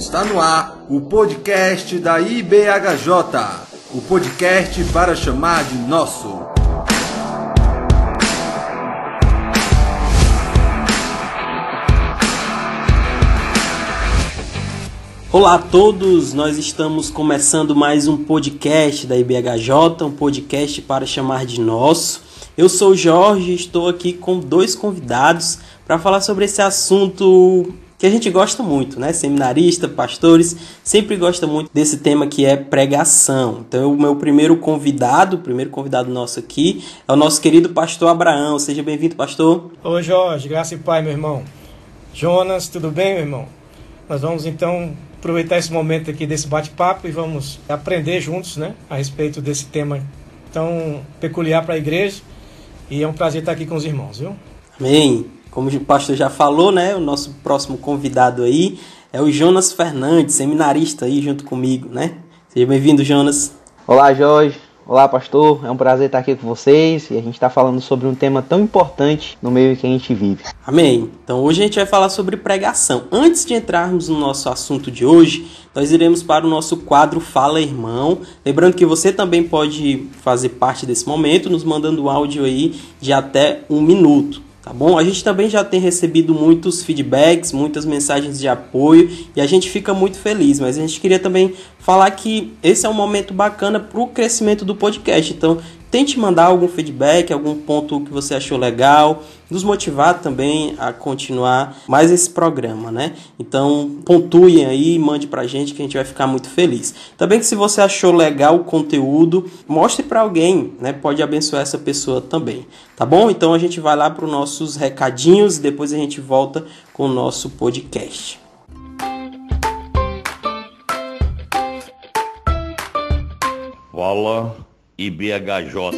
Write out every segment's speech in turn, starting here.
Está no ar o podcast da IBHJ, o podcast para chamar de nosso. Olá a todos, nós estamos começando mais um podcast da IBHJ, um podcast para chamar de nosso. Eu sou o Jorge e estou aqui com dois convidados para falar sobre esse assunto que a gente gosta muito, né? Seminarista, pastores, sempre gosta muito desse tema que é pregação. Então, o meu primeiro convidado nosso aqui é o nosso querido pastor Abraão. Seja bem-vindo, pastor. Oi, Jorge, graça e paz, meu irmão. Jonas, tudo bem, meu irmão? Nós vamos, então, aproveitar esse momento aqui desse bate-papo e vamos aprender juntos, né? A respeito desse tema tão peculiar para a igreja. E é um prazer estar aqui com os irmãos, viu? Amém. Como o pastor já falou, né? O nosso próximo convidado aí é o Jonas Fernandes, seminarista aí junto comigo, né? Seja bem-vindo, Jonas. Olá, Jorge. Olá, pastor. É um prazer estar aqui com vocês e a gente está falando sobre um tema tão importante no meio que a gente vive. Amém. Então hoje a gente vai falar sobre pregação. Antes de entrarmos no nosso assunto de hoje, nós iremos para o nosso quadro Fala Irmão. Lembrando que você também pode fazer parte desse momento, nos mandando um áudio aí de até 1 minuto. Tá bom? A gente também já tem recebido muitos feedbacks, muitas mensagens de apoio e a gente fica muito feliz, mas a gente queria também falar que esse é um momento bacana para o crescimento do podcast. Então, tente mandar algum feedback, algum ponto que você achou legal, nos motivar também a continuar mais esse programa, né? Então, pontuem aí, mande pra gente que a gente vai ficar muito feliz. Também que se você achou legal o conteúdo, mostre para alguém, né? Pode abençoar essa pessoa também, tá bom? Então, a gente vai lá para os nossos recadinhos e depois a gente volta com o nosso podcast. Fala IBHJ.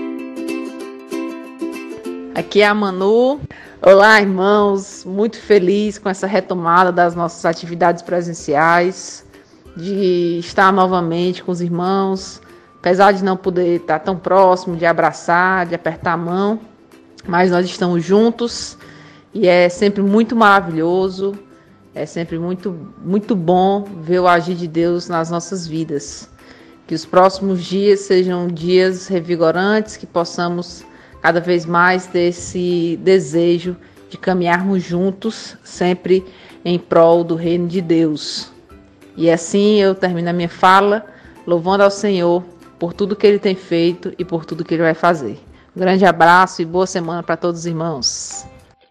Aqui é a Manu. Olá, irmãos. Muito feliz com essa retomada das nossas atividades presenciais, de estar novamente com os irmãos, apesar de não poder estar tão próximo, de abraçar, de apertar a mão, mas nós estamos juntos e é sempre muito maravilhoso, é sempre muito bom ver o agir de Deus nas nossas vidas. Que os próximos dias sejam dias revigorantes, que possamos cada vez mais ter esse desejo de caminharmos juntos, sempre em prol do reino de Deus. E assim eu termino a minha fala, louvando ao Senhor por tudo que Ele tem feito e por tudo que Ele vai fazer. Um grande abraço e boa semana para todos os irmãos.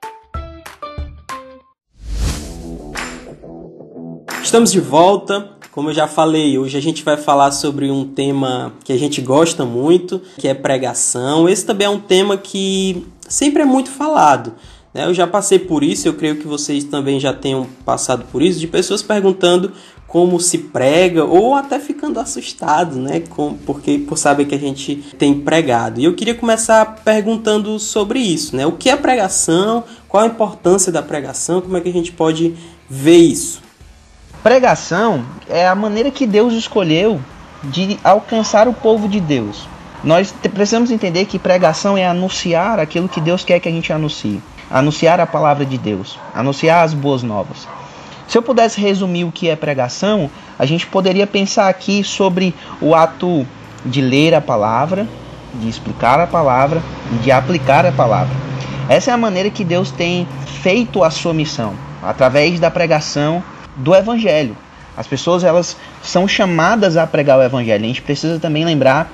Estamos de volta. Como eu já falei, hoje a gente vai falar sobre um tema que a gente gosta muito, que é pregação. Esse também é um tema que sempre é muito falado, né? Eu já passei por isso, eu creio que vocês também já tenham passado por isso, de pessoas perguntando como se prega ou até ficando assustados, né? Por saber que a gente tem pregado. E eu queria começar perguntando sobre isso, né? O que é pregação? Qual a importância da pregação? Como é que a gente pode ver isso? Pregação é a maneira que Deus escolheu de alcançar o povo de Deus. Nós precisamos entender que pregação é anunciar aquilo que Deus quer que a gente anuncie. Anunciar a palavra de Deus, anunciar as boas novas. Se eu pudesse resumir o que é pregação, a gente poderia pensar aqui sobre o ato de ler a palavra, de explicar a palavra e de aplicar a palavra. Essa é a maneira que Deus tem feito a sua missão, através da pregação do Evangelho. As pessoas, elas são chamadas a pregar o Evangelho. A gente precisa também lembrar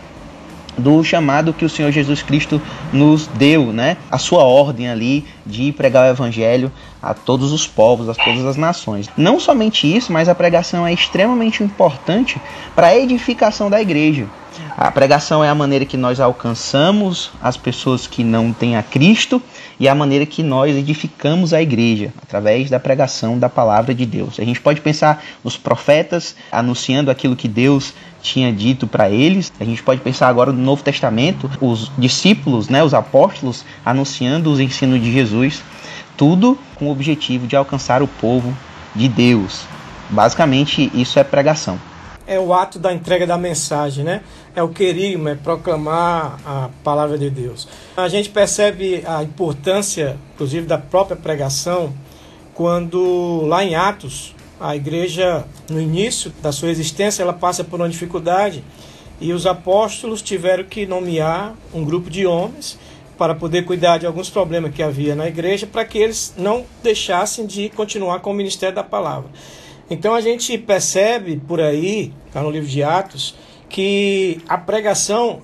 do chamado que o Senhor Jesus Cristo nos deu, né? A sua ordem ali de pregar o Evangelho a todos os povos, a todas as nações. Não somente isso, mas a pregação é extremamente importante para a edificação da igreja. A pregação é a maneira que nós alcançamos as pessoas que não têm a Cristo e a maneira que nós edificamos a igreja, através da pregação da palavra de Deus. A gente pode pensar nos profetas anunciando aquilo que Deus tinha dito para eles. A gente pode pensar agora no Novo Testamento, os discípulos, né, os apóstolos, anunciando os ensinos de Jesus. Tudo com o objetivo de alcançar o povo de Deus. Basicamente, isso é pregação. É o ato da entrega da mensagem, né? É o querigma, é proclamar a palavra de Deus. A gente percebe a importância, inclusive, da própria pregação, quando lá em Atos, A igreja, no início da sua existência, ela passa por uma dificuldade e os apóstolos tiveram que nomear um grupo de homens para poder cuidar de alguns problemas que havia na igreja, para que eles não deixassem de continuar com o ministério da palavra. Então a gente percebe por aí, tá no livro de Atos, que a pregação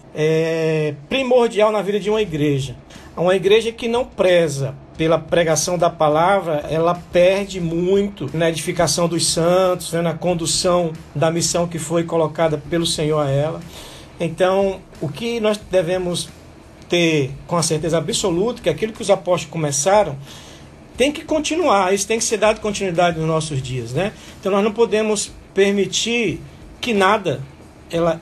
é primordial na vida de uma igreja. Uma igreja que não preza pela pregação da palavra, ela perde muito na edificação dos santos, né, na condução da missão que foi colocada pelo Senhor a ela. Então, o que nós devemos ter com a certeza absoluta, que aquilo que os apóstolos começaram, tem que continuar, isso tem que ser dado continuidade nos nossos dias, né? Então nós não podemos permitir que nada ela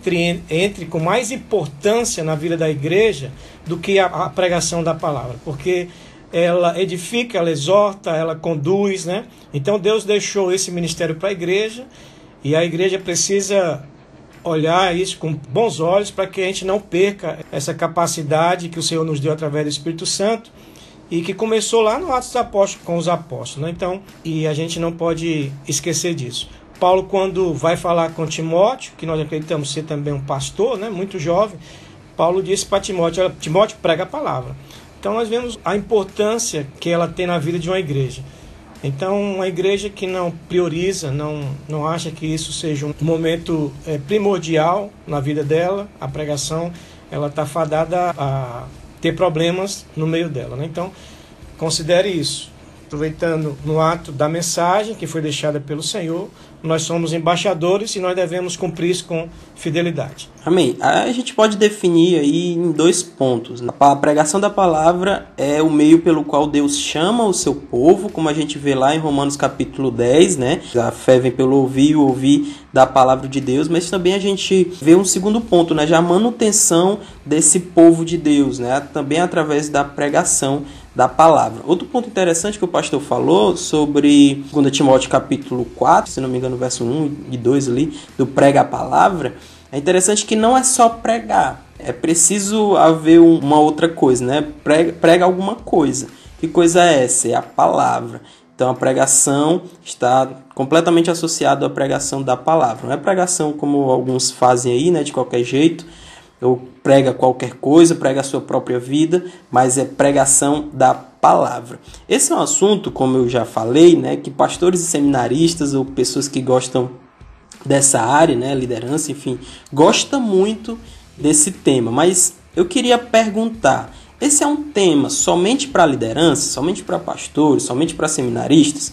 entre com mais importância na vida da igreja do que a pregação da palavra, porque ela edifica, ela exorta, ela conduz, né? Então Deus deixou esse ministério para a igreja e a igreja precisa olhar isso com bons olhos para que a gente não perca essa capacidade que o Senhor nos deu através do Espírito Santo e que começou lá no Atos dos Apóstolos, com os apóstolos, né? Então, e a gente não pode esquecer disso. Paulo, quando vai falar com Timóteo, que nós acreditamos ser também um pastor, né, muito jovem, Paulo disse para Timóteo: Timóteo, prega a palavra. Então nós vemos a importância que ela tem na vida de uma igreja. Então, uma igreja que não prioriza, não acha que isso seja um momento primordial na vida dela, a pregação, ela está fadada a ter problemas no meio dela, né? Então, considere isso. Aproveitando no ato da mensagem que foi deixada pelo Senhor, nós somos embaixadores e nós devemos cumprir isso com fidelidade. Amém. A gente pode definir aí em 2 pontos. A pregação da palavra é o meio pelo qual Deus chama o seu povo, como a gente vê lá em Romanos capítulo 10, né? A fé vem pelo ouvir e o ouvir da palavra de Deus, mas também a gente vê um segundo ponto, né? Já a manutenção desse povo de Deus, né? Também através da pregação da palavra. Outro ponto interessante que o pastor falou sobre 2 Timóteo capítulo 4, se não me engano, verso 1 e 2 ali, do prega a palavra, é interessante que não é só pregar, é preciso haver uma outra coisa, né? Prega alguma coisa. Que coisa é essa? É a palavra. Então a pregação está completamente associada à pregação da palavra. Não é pregação como alguns fazem aí, né, de qualquer jeito, ou prega qualquer coisa, prega a sua própria vida, mas é pregação da palavra. Esse é um assunto, como eu já falei, né, que pastores e seminaristas ou pessoas que gostam dessa área, né, liderança, enfim, gosta muito desse tema. Mas eu queria perguntar, esse é um tema somente para liderança, somente para pastores, somente para seminaristas,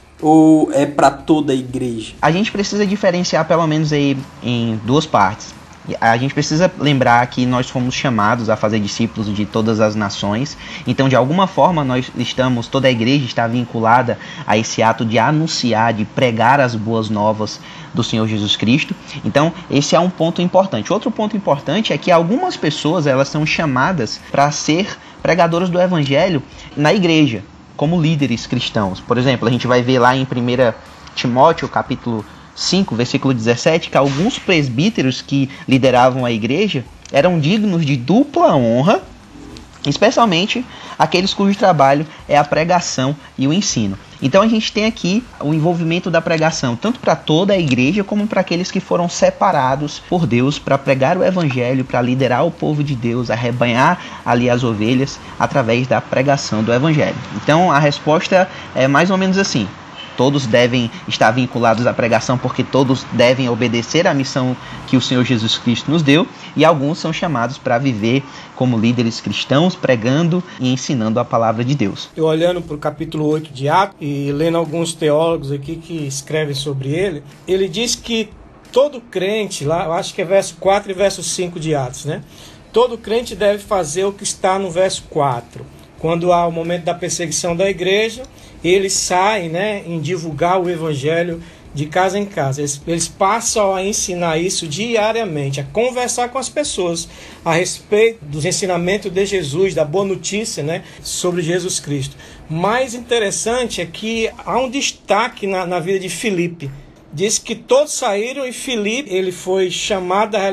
ou é para toda a igreja? A gente precisa diferenciar pelo menos aí em 2 partes. A gente precisa lembrar que nós fomos chamados a fazer discípulos de todas as nações. Então, de alguma forma, toda a igreja está vinculada a esse ato de anunciar, de pregar as boas novas do Senhor Jesus Cristo. Então, esse é um ponto importante. Outro ponto importante é que algumas pessoas, elas são chamadas para ser pregadoras do evangelho na igreja, como líderes cristãos. Por exemplo, a gente vai ver lá em 1 Timóteo, capítulo 5, versículo 17, que alguns presbíteros que lideravam a igreja eram dignos de dupla honra, especialmente aqueles cujo trabalho é a pregação e o ensino. Então a gente tem aqui o envolvimento da pregação, tanto para toda a igreja, como para aqueles que foram separados por Deus para pregar o evangelho, para liderar o povo de Deus, arrebanhar ali as ovelhas através da pregação do evangelho. Então a resposta é mais ou menos assim: todos devem estar vinculados à pregação, porque todos devem obedecer à missão que o Senhor Jesus Cristo nos deu, e alguns são chamados para viver como líderes cristãos, pregando e ensinando a palavra de Deus. Eu olhando para o capítulo 8 de Atos e lendo alguns teólogos aqui que escrevem sobre ele diz que todo crente, lá eu acho que é verso 4 e verso 5 de Atos, né? Todo crente deve fazer o que está no verso 4. Quando há o momento da perseguição da igreja, eles saem, né, em divulgar o evangelho de casa em casa. Eles passam a ensinar isso diariamente, a conversar com as pessoas a respeito dos ensinamentos de Jesus, da boa notícia, né, sobre Jesus Cristo. Mais interessante é que há um destaque na vida de Filipe. Diz que todos saíram e Filipe, ele foi chamado a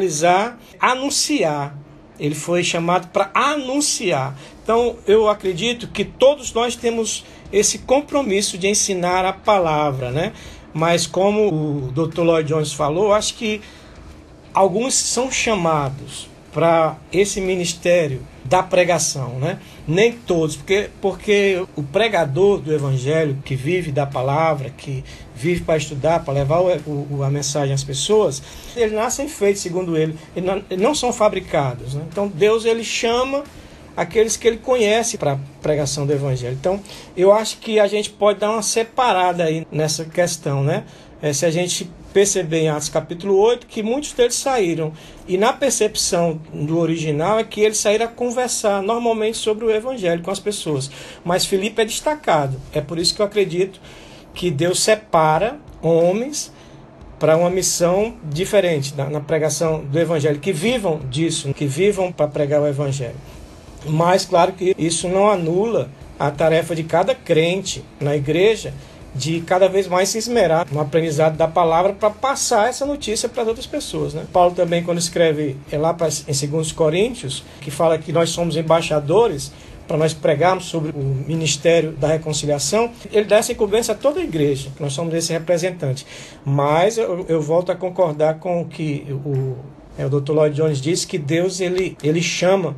anunciar. Ele foi chamado para anunciar. Então, eu acredito que todos nós temos esse compromisso de ensinar a palavra, né? mas como o Dr. Lloyd Jones falou, acho que alguns são chamados para esse ministério da pregação, né? Nem todos, porque o pregador do evangelho, que vive da palavra, que vive para estudar, para levar a mensagem às pessoas, eles nascem feitos, segundo ele, eles não são fabricados, né? Então Deus, ele chama aqueles que ele conhece para a pregação do evangelho. Então eu acho que a gente pode dar uma separada aí nessa questão, né? Se a gente perceber em Atos capítulo 8, que muitos deles saíram, e na percepção do original é que eles saíram a conversar normalmente sobre o evangelho com as pessoas, mas Filipe é destacado. É por isso que eu acredito que Deus separa homens para uma missão diferente na pregação do evangelho, que vivam disso, que vivam para pregar o evangelho. Mas claro que isso não anula a tarefa de cada crente na igreja de cada vez mais se esmerar no aprendizado da palavra para passar essa notícia para outras pessoas, né? Paulo também, quando escreve lá em 2 Coríntios, que fala que nós somos embaixadores para nós pregarmos sobre o ministério da reconciliação, ele dá essa incumbência a toda a igreja, que nós somos esse representante. Mas eu volto a concordar com o que o Dr. Lloyd Jones disse, que Deus ele chama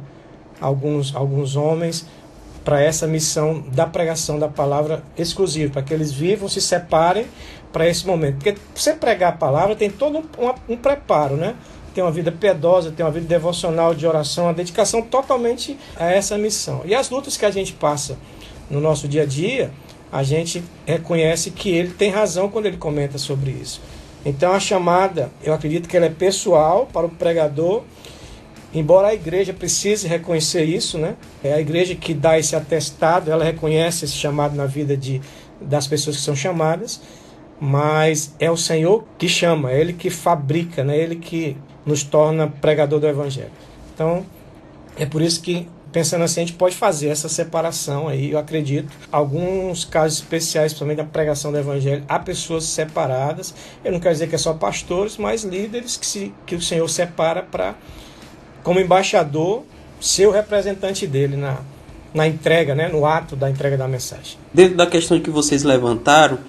alguns homens para essa missão da pregação da palavra exclusiva, para que eles vivam, se separem para esse momento. Porque você pregar a palavra tem todo um preparo, né? Tem uma vida piedosa, tem uma vida devocional, de oração, uma dedicação totalmente a essa missão. E as lutas que a gente passa no nosso dia a dia, a gente reconhece que ele tem razão quando ele comenta sobre isso. Então a chamada, eu acredito que ela é pessoal para o pregador, embora a igreja precise reconhecer isso, né? É a igreja que dá esse atestado, ela reconhece esse chamado na vida das pessoas que são chamadas, mas é o Senhor que chama, é Ele que fabrica, né? Ele que nos torna pregador do evangelho. Então, é por isso que, pensando assim, a gente pode fazer essa separação aí, eu acredito. Alguns casos especiais, principalmente da pregação do evangelho, há pessoas separadas. Eu não quero dizer que é só pastores, mas líderes que o Senhor separa para, como embaixador, ser o representante dele na entrega, né, no ato da entrega da mensagem. Dentro da questão que vocês levantaram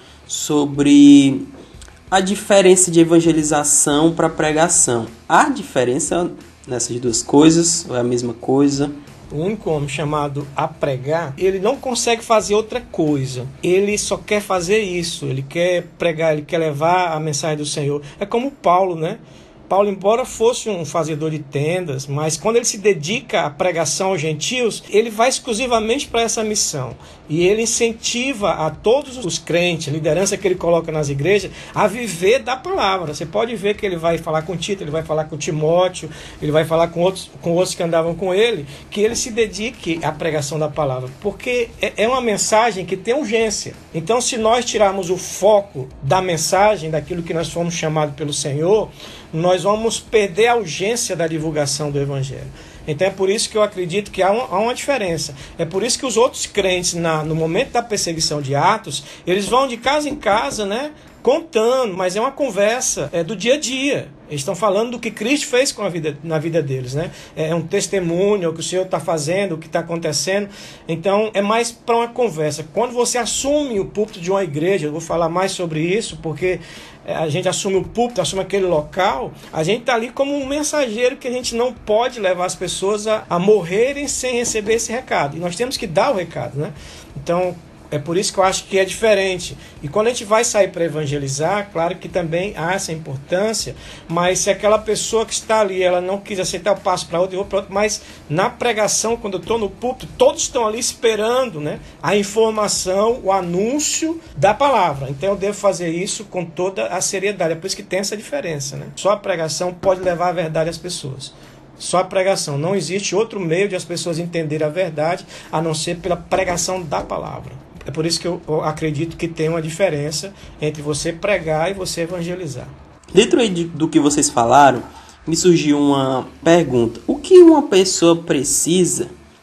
sobre a diferença de evangelização para pregação, há diferença nessas duas coisas ou é a mesma coisa? O único homem chamado a pregar, ele não consegue fazer outra coisa. Ele só quer fazer isso. Ele quer pregar, ele quer levar a mensagem do Senhor. É como Paulo, né? Paulo, embora fosse um fazedor de tendas, mas quando ele se dedica à pregação aos gentios, ele vai exclusivamente para essa missão. E ele incentiva a todos os crentes, a liderança que ele coloca nas igrejas, a viver da palavra. Você pode ver que ele vai falar com Tito, ele vai falar com Timóteo, ele vai falar com outros que andavam com ele, que ele se dedique à pregação da palavra. Porque é uma mensagem que tem urgência. Então, se nós tirarmos o foco da mensagem, daquilo que nós fomos chamados pelo Senhor, nós vamos perder a urgência da divulgação do evangelho. Então é por isso que eu acredito que há uma diferença. É por isso que os outros crentes, no momento da perseguição de Atos, eles vão de casa em casa, né, contando, mas é uma conversa do dia a dia. Eles estão falando do que Cristo fez na vida deles, né? É um testemunho, o que o Senhor está fazendo, o que está acontecendo. Então, é mais para uma conversa. Quando você assume o púlpito de uma igreja, eu vou falar mais sobre isso, porque a gente assume o púlpito, assume aquele local, a gente está ali como um mensageiro que a gente não pode levar as pessoas a morrerem sem receber esse recado. E nós temos que dar o recado, né? Então, é por isso que eu acho que é diferente. E quando a gente vai sair para evangelizar, claro que também há essa importância, mas se aquela pessoa que está ali, ela não quis aceitar, eu passo para outro, eu vou para outro, mas na pregação, quando eu estou no púlpito, todos estão ali esperando, né, a informação, o anúncio da palavra. Então eu devo fazer isso com toda a seriedade. É por isso que tem essa diferença, né? Só a pregação pode levar a verdade às pessoas. Só a pregação. Não existe outro meio de as pessoas entenderem a verdade a não ser pela pregação da palavra. É por isso que eu acredito que tem uma diferença entre você pregar e você evangelizar. Dentro aí do que vocês falaram, me surgiu uma pergunta. O que uma pessoa precisa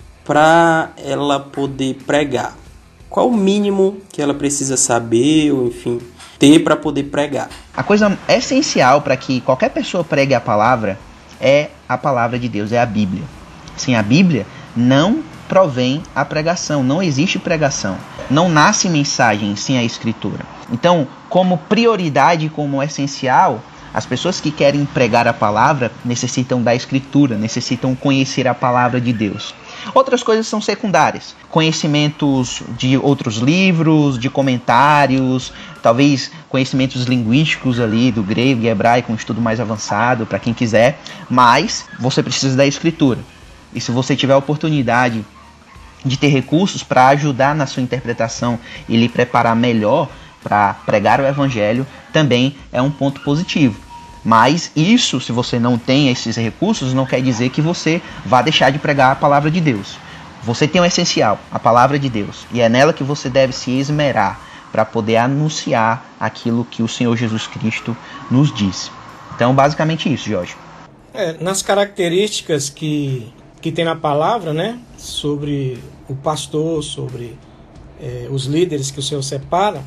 para ela poder pregar? Qual o mínimo que ela precisa saber, ou enfim, ter para poder pregar? A coisa essencial para que qualquer pessoa pregue a palavra é a palavra de Deus, é a Bíblia. Sem a Bíblia, não provém a pregação, não existe pregação. Não nasce mensagem sem a Escritura. Então, como prioridade, como essencial, as pessoas que querem pregar a palavra necessitam da Escritura, necessitam conhecer a palavra de Deus. Outras coisas são secundárias. Conhecimentos de outros livros, de comentários, talvez conhecimentos linguísticos ali do grego e hebraico, um estudo mais avançado para quem quiser. Mas você precisa da Escritura. E se você tiver a oportunidade de ter recursos para ajudar na sua interpretação e lhe preparar melhor para pregar o Evangelho, também é um ponto positivo. Mas isso, se você não tem esses recursos, não quer dizer que você vá deixar de pregar a palavra de Deus. Você tem o essencial, a palavra de Deus, e é nela que você deve se esmerar para poder anunciar aquilo que o Senhor Jesus Cristo nos disse. Então, basicamente isso, Jorge. Nas características que tem na palavra, né, sobre o pastor, sobre os líderes que o Senhor separa,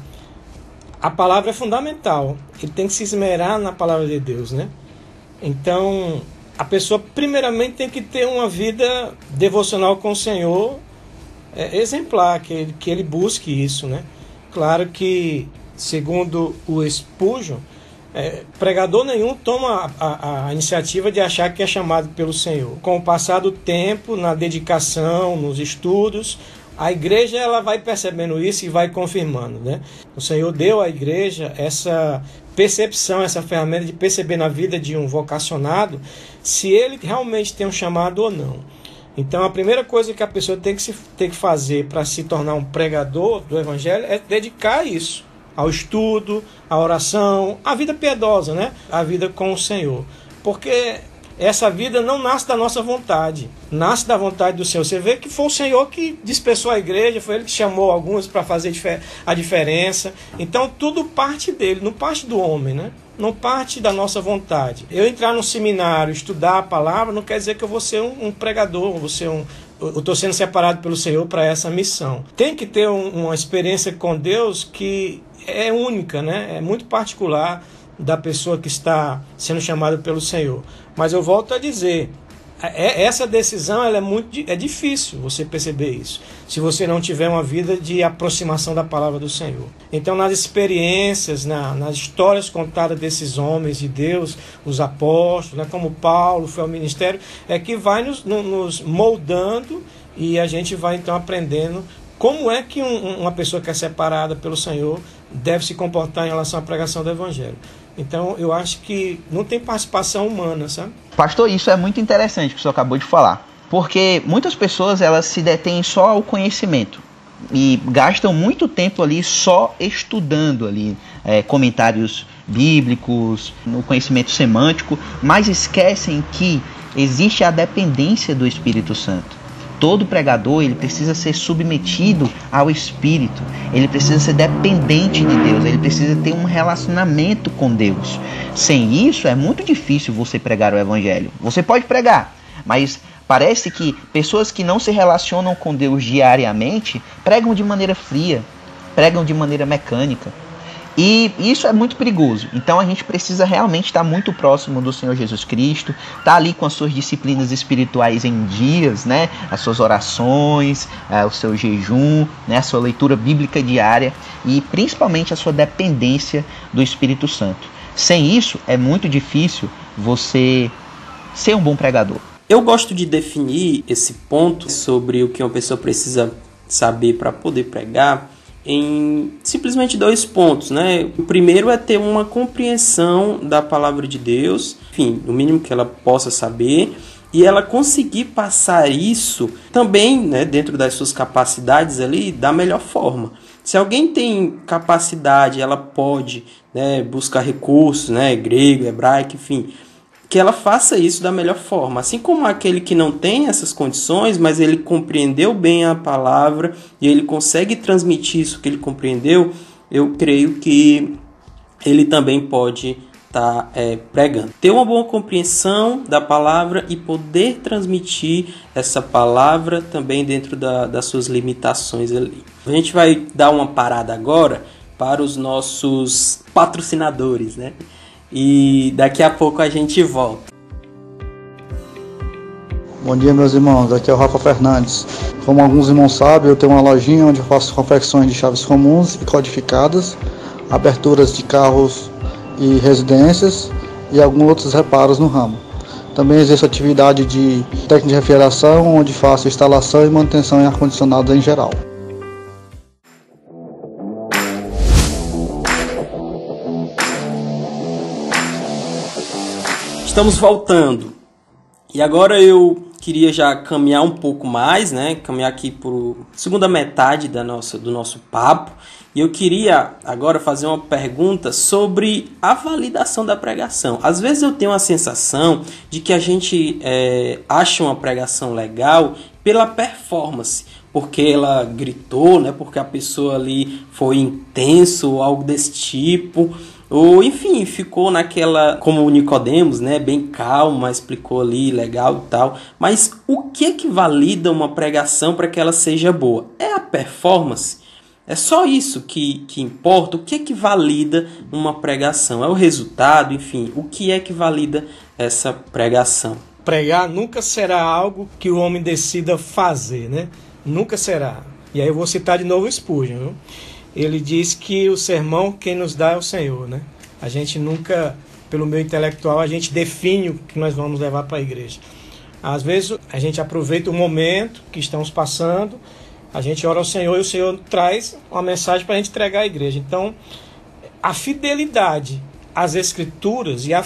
a palavra é fundamental. Ele tem que se esmerar na palavra de Deus, né? Então, a pessoa primeiramente tem que ter uma vida devocional com o Senhor exemplar, que ele busque isso, né? Claro que, segundo o Spurgeon, pregador nenhum toma a iniciativa de achar que é chamado pelo Senhor. Com o passar do tempo, na dedicação, nos estudos, a igreja ela vai percebendo isso e vai confirmando, né? O Senhor deu à igreja essa percepção, essa ferramenta de perceber na vida de um vocacionado se ele realmente tem um chamado ou não. Então a primeira coisa que a pessoa tem que fazer para se tornar um pregador do Evangelho é dedicar isso ao estudo, à oração, à vida piedosa, né? A vida com o Senhor. Porque essa vida não nasce da nossa vontade, nasce da vontade do Senhor. Você vê que foi o Senhor que dispersou a igreja, foi Ele que chamou alguns para fazer a diferença. Então tudo parte dele, não parte do homem, né? Não parte da nossa vontade. Eu entrar no seminário, estudar a palavra, não quer dizer que eu vou ser um pregador, eu estou sendo separado pelo Senhor para essa missão. Tem que ter uma experiência com Deus que é única, né? É muito particular da pessoa que está sendo chamada pelo Senhor. Mas eu volto a dizer, essa decisão é difícil você perceber isso, se você não tiver uma vida de aproximação da palavra do Senhor. Então, nas experiências, nas histórias contadas desses homens de Deus, os apóstolos, né, como Paulo foi ao ministério, é que vai nos moldando e a gente vai então aprendendo como é que uma pessoa que é separada pelo Senhor deve se comportar em relação à pregação do Evangelho. Então, eu acho que não tem participação humana, sabe? Pastor, isso é muito interessante que o senhor acabou de falar. Porque muitas pessoas, elas se detêm só ao conhecimento. E gastam muito tempo ali só estudando ali comentários bíblicos, no conhecimento semântico, mas esquecem que existe a dependência do Espírito Santo. Todo pregador, ele precisa ser submetido ao Espírito, ele precisa ser dependente de Deus, ele precisa ter um relacionamento com Deus. Sem isso, é muito difícil você pregar o Evangelho. Você pode pregar, mas parece que pessoas que não se relacionam com Deus diariamente pregam de maneira fria, pregam de maneira mecânica. E isso é muito perigoso. Então a gente precisa realmente estar muito próximo do Senhor Jesus Cristo, estar ali com as suas disciplinas espirituais em dias, né? As suas orações, o seu jejum, né? A sua leitura bíblica diária e principalmente a sua dependência do Espírito Santo. Sem isso é muito difícil você ser um bom pregador. Eu gosto de definir esse ponto sobre o que uma pessoa precisa saber para poder pregar em simplesmente 2 pontos, né? O primeiro é ter uma compreensão da palavra de Deus, enfim, o mínimo que ela possa saber, e ela conseguir passar isso também, né, dentro das suas capacidades ali, da melhor forma. Se alguém tem capacidade, ela pode, né, buscar recursos, né, grego, hebraico, enfim, que ela faça isso da melhor forma. Assim como aquele que não tem essas condições, mas ele compreendeu bem a palavra e ele consegue transmitir isso que ele compreendeu, eu creio que ele também pode estar pregando. Ter uma boa compreensão da palavra e poder transmitir essa palavra também dentro das suas limitações ali. A gente vai dar uma parada agora para os nossos patrocinadores, né? E daqui a pouco a gente volta. Bom dia, meus irmãos, aqui é o Rafa Fernandes. Como alguns irmãos sabem, eu tenho uma lojinha onde eu faço confecções de chaves comuns e codificadas. aberturas de carros e residências e alguns outros reparos no ramo. Também exerço atividade de técnico de refrigeração, onde faço instalação e manutenção em ar-condicionado em geral. Estamos voltando. E agora eu queria já caminhar um pouco mais, né? Caminhar aqui para a segunda metade do nosso papo. E eu queria agora fazer uma pergunta sobre a validação da pregação. Às vezes eu tenho a sensação de que a gente acha uma pregação legal pela performance, porque ela gritou, né? Porque a pessoa ali foi intenso ou algo desse tipo. Ou, enfim, ficou naquela, como o Nicodemos, né, bem calmo, mas explicou ali, legal e tal. Mas o que é que valida uma pregação para que ela seja boa? É a performance? É só isso que importa? O que é que valida uma pregação? É o resultado? Enfim, o que é que valida essa pregação? Pregar nunca será algo que o homem decida fazer, né? Nunca será. E aí eu vou citar de novo o Spurgeon, viu? Ele diz que o sermão quem nos dá é o Senhor, né? A gente nunca, pelo meio intelectual, a gente define o que nós vamos levar para a igreja. Às vezes a gente aproveita o momento que estamos passando, a gente ora ao Senhor e o Senhor traz uma mensagem para a gente entregar à igreja. Então, a fidelidade às Escrituras e a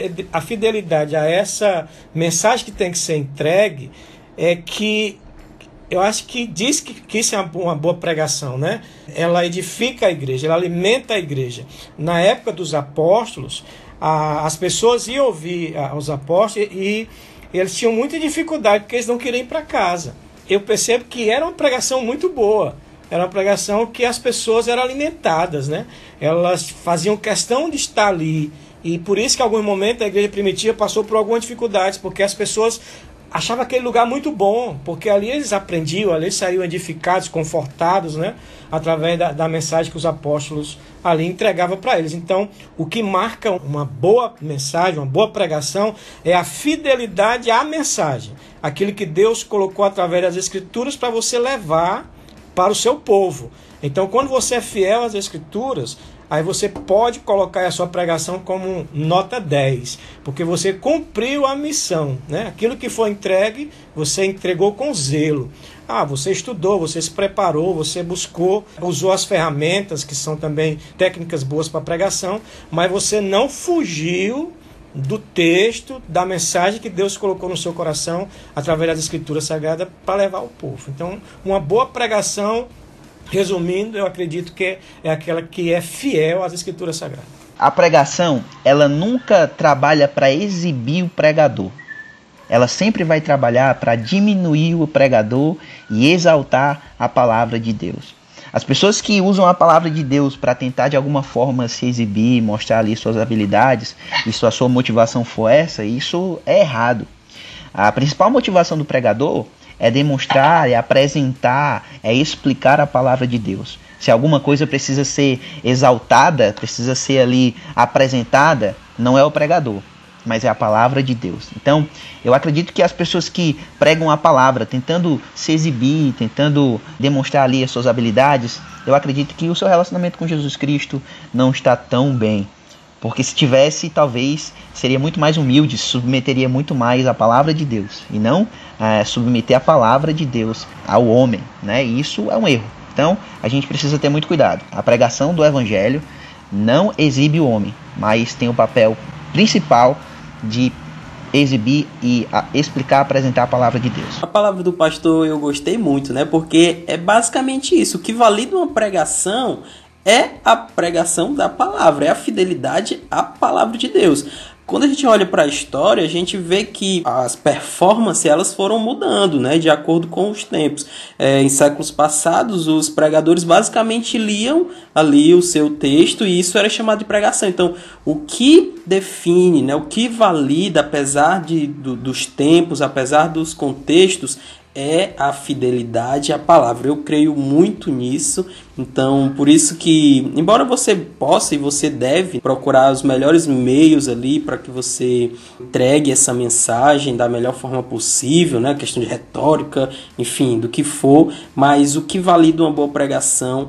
fidelidade a essa mensagem que tem que ser entregue é que eu acho que diz que isso é uma boa pregação, né? Ela edifica a igreja, ela alimenta a igreja. Na época dos apóstolos, as pessoas iam ouvir os apóstolos e eles tinham muita dificuldade porque eles não queriam ir para casa. Eu percebo que era uma pregação muito boa. Era uma pregação que as pessoas eram alimentadas, né? Elas faziam questão de estar ali. E por isso que em algum momento a igreja primitiva passou por algumas dificuldades, porque as pessoas achavam aquele lugar muito bom, porque ali eles aprendiam, ali eles saíam edificados, confortados, né? Através da mensagem que os apóstolos ali entregavam para eles. Então, o que marca uma boa mensagem, uma boa pregação, é a fidelidade à mensagem. Aquilo que Deus colocou através das Escrituras para você levar para o seu povo. Então, quando você é fiel às Escrituras, aí você pode colocar a sua pregação como nota 10, porque você cumpriu a missão, né? Aquilo que foi entregue, você entregou com zelo. Você estudou, você se preparou, você buscou, usou as ferramentas, que são também técnicas boas para pregação, mas você não fugiu do texto, da mensagem que Deus colocou no seu coração, através das Escrituras Sagradas, para levar ao povo. Então, uma boa pregação, resumindo, eu acredito que é aquela que é fiel às Escrituras Sagradas. A pregação, ela nunca trabalha para exibir o pregador. Ela sempre vai trabalhar para diminuir o pregador e exaltar a palavra de Deus. As pessoas que usam a palavra de Deus para tentar de alguma forma se exibir, mostrar ali suas habilidades, e se a sua motivação for essa, isso é errado. A principal motivação do pregador é demonstrar, é apresentar, é explicar a palavra de Deus. Se alguma coisa precisa ser exaltada, precisa ser ali apresentada, não é o pregador, mas é a palavra de Deus. Então, eu acredito que as pessoas que pregam a palavra, tentando se exibir, tentando demonstrar ali as suas habilidades, eu acredito que o seu relacionamento com Jesus Cristo não está tão bem. Porque se tivesse, talvez seria muito mais humilde, submeteria muito mais a palavra de Deus, e não submeter a palavra de Deus ao homem, né? E isso é um erro. Então, a gente precisa ter muito cuidado. A pregação do Evangelho não exibe o homem, mas tem o papel principal de exibir e explicar, apresentar a palavra de Deus. A palavra do pastor eu gostei muito, né? Porque é basicamente isso. O que valida uma pregação é a pregação da palavra, é a fidelidade à palavra de Deus. Quando a gente olha para a história, a gente vê que as performances elas foram mudando, né, de acordo com os tempos. Em séculos passados, os pregadores basicamente liam ali o seu texto e isso era chamado de pregação. Então, o que define, né, o que valida, apesar dos tempos, apesar dos contextos, é a fidelidade à palavra. Eu creio muito nisso. Então, por isso que, embora você possa e você deve procurar os melhores meios ali para que você entregue essa mensagem da melhor forma possível, né? Questão de retórica, enfim, do que for, mas o que valida uma boa pregação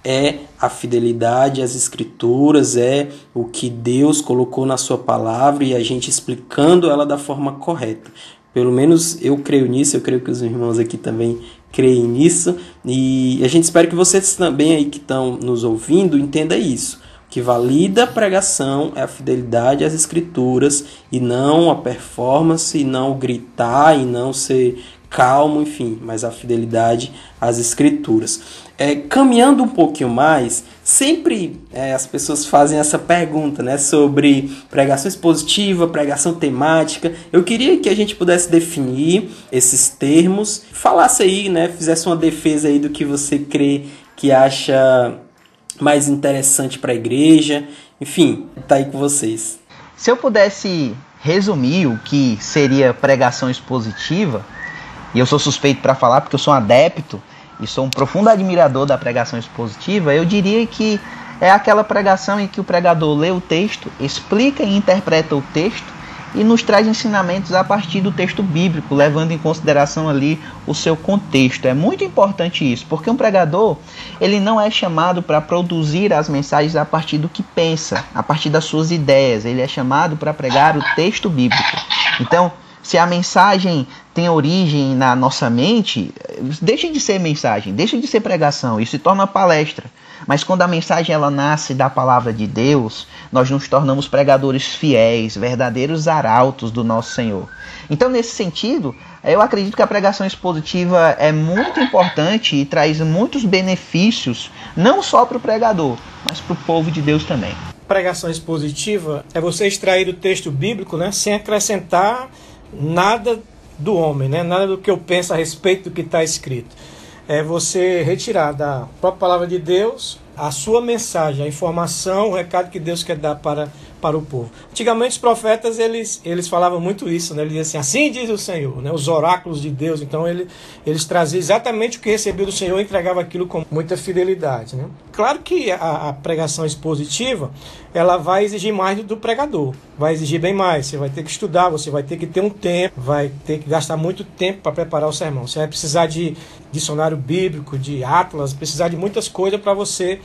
é a fidelidade às Escrituras, é o que Deus colocou na sua palavra e a gente explicando ela da forma correta. Pelo menos eu creio nisso, eu creio que os irmãos aqui também creem nisso, e a gente espera que vocês também aí que estão nos ouvindo entendam isso. O que valida a pregação é a fidelidade às Escrituras e não a performance, e não o gritar, e não ser calmo, enfim, mas a fidelidade às Escrituras. Caminhando um pouquinho mais, sempre as pessoas fazem essa pergunta, né, sobre pregação expositiva, pregação temática. Eu queria que a gente pudesse definir esses termos, falasse aí, né, fizesse uma defesa aí do que você crê que acha mais interessante para a igreja. Enfim, tá aí com vocês. Se eu pudesse resumir o que seria pregação expositiva, e eu sou suspeito para falar porque eu sou um adepto e sou um profundo admirador da pregação expositiva, eu diria que é aquela pregação em que o pregador lê o texto, explica e interpreta o texto e nos traz ensinamentos a partir do texto bíblico, levando em consideração ali o seu contexto. É muito importante isso, porque um pregador, ele não é chamado para produzir as mensagens a partir do que pensa, a partir das suas ideias. Ele é chamado para pregar o texto bíblico. Então, se a mensagem tem origem na nossa mente, deixa de ser mensagem, deixa de ser pregação, isso se torna palestra. Mas quando a mensagem ela nasce da palavra de Deus, nós nos tornamos pregadores fiéis, verdadeiros arautos do nosso Senhor. Então, nesse sentido, eu acredito que a pregação expositiva é muito importante e traz muitos benefícios, não só para o pregador, mas para o povo de Deus também. Pregação expositiva é você extrair do texto bíblico, né, sem acrescentar nada do homem, né, nada do que eu penso a respeito do que está escrito. É você retirar da própria palavra de Deus a sua mensagem, a informação, o recado que Deus quer dar para o povo. Antigamente os profetas eles falavam muito isso, né? Eles diziam assim diz o Senhor, né? Os oráculos de Deus. Então eles traziam exatamente o que recebiam do Senhor e entregavam aquilo com muita fidelidade, né? Claro que a pregação expositiva ela vai exigir mais do pregador, vai exigir bem mais. Você vai ter que estudar, você vai ter que ter um tempo, vai ter que gastar muito tempo para preparar o sermão. Você vai precisar de dicionário bíblico, de atlas, precisar de muitas coisas para você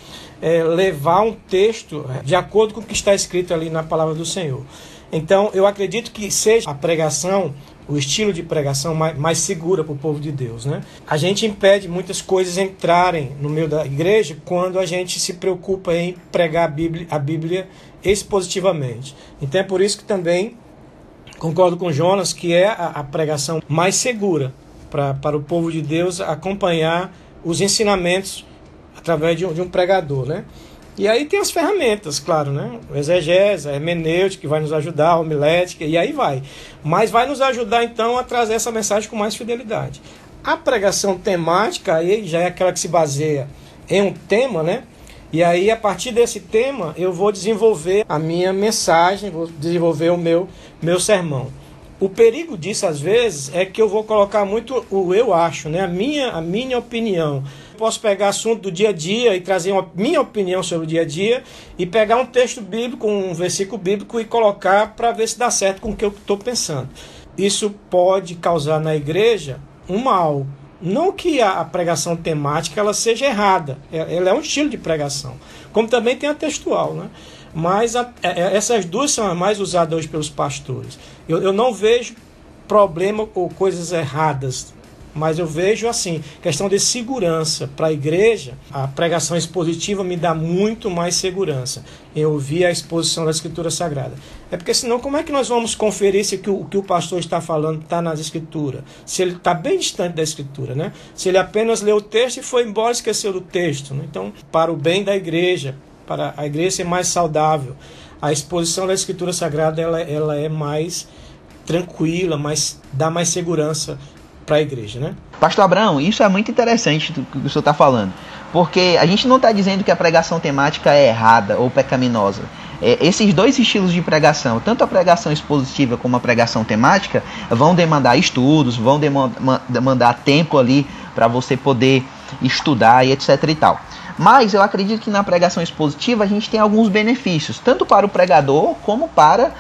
levar um texto de acordo com o que está escrito ali na palavra do Senhor. Então, eu acredito que seja a pregação, o estilo de pregação mais segura para o povo de Deus, né? A gente impede muitas coisas entrarem no meio da igreja quando a gente se preocupa em pregar a Bíblia expositivamente. Então, é por isso que também concordo com Jonas que é a pregação mais segura para o povo de Deus acompanhar os ensinamentos através de um pregador, né? E aí tem as ferramentas, claro, né? O exegese, a hermenêutica, que vai nos ajudar, a homilética, e aí vai. Mas vai nos ajudar, então, a trazer essa mensagem com mais fidelidade. A pregação temática, aí já é aquela que se baseia em um tema, né? E aí, a partir desse tema, eu vou desenvolver a minha mensagem, vou desenvolver o meu sermão. O perigo disso, às vezes, é que eu vou colocar muito o eu acho, né? A minha opinião. Posso pegar assunto do dia a dia e trazer minha opinião sobre o dia a dia e pegar um texto bíblico, um versículo bíblico e colocar para ver se dá certo com o que eu estou pensando. Isso pode causar na igreja um mal. Não que a pregação temática ela seja errada, ela é um estilo de pregação, como também tem a textual, né? Mas essas duas são as mais usadas hoje pelos pastores. Eu não vejo problema ou coisas erradas, mas eu vejo assim, questão de segurança para a igreja. A pregação expositiva me dá muito mais segurança em ouvir a exposição da Escritura Sagrada. É porque senão como é que nós vamos conferir se o que o pastor está falando está nas Escrituras? Se ele está bem distante da Escritura, né? Se ele apenas leu o texto e foi embora e esqueceu do texto, né? Então, para o bem da igreja, para a igreja ser mais saudável, a exposição da Escritura Sagrada ela é mais tranquila, dá mais segurança para a igreja, né? Pastor Abraão, isso é muito interessante do que o senhor está falando, porque a gente não está dizendo que a pregação temática é errada ou pecaminosa. Esses dois estilos de pregação, tanto a pregação expositiva como a pregação temática, vão demandar estudos, vão demandar tempo ali para você poder estudar e etc e tal. Mas eu acredito que na pregação expositiva a gente tem alguns benefícios, tanto para o pregador como para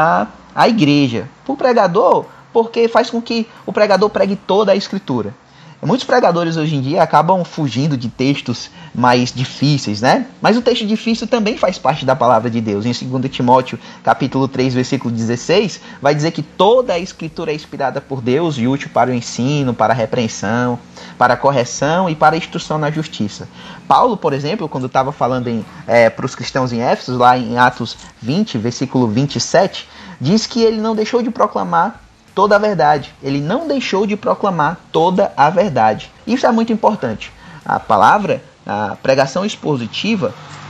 a igreja. Para o pregador, porque faz com que o pregador pregue toda a Escritura. Muitos pregadores hoje em dia acabam fugindo de textos mais difíceis, né? Mas o texto difícil também faz parte da palavra de Deus. Em 2 Timóteo, capítulo 3, versículo 16, vai dizer que toda a escritura é inspirada por Deus e útil para o ensino, para a repreensão, para a correção e para a instrução na justiça. Paulo, por exemplo, quando estava falando para os cristãos em Éfeso, lá em Atos 20, versículo 27, diz que ele não deixou de proclamar toda a verdade. Ele não deixou de proclamar toda a verdade. Isso é muito importante. A palavra, a pregação expositiva,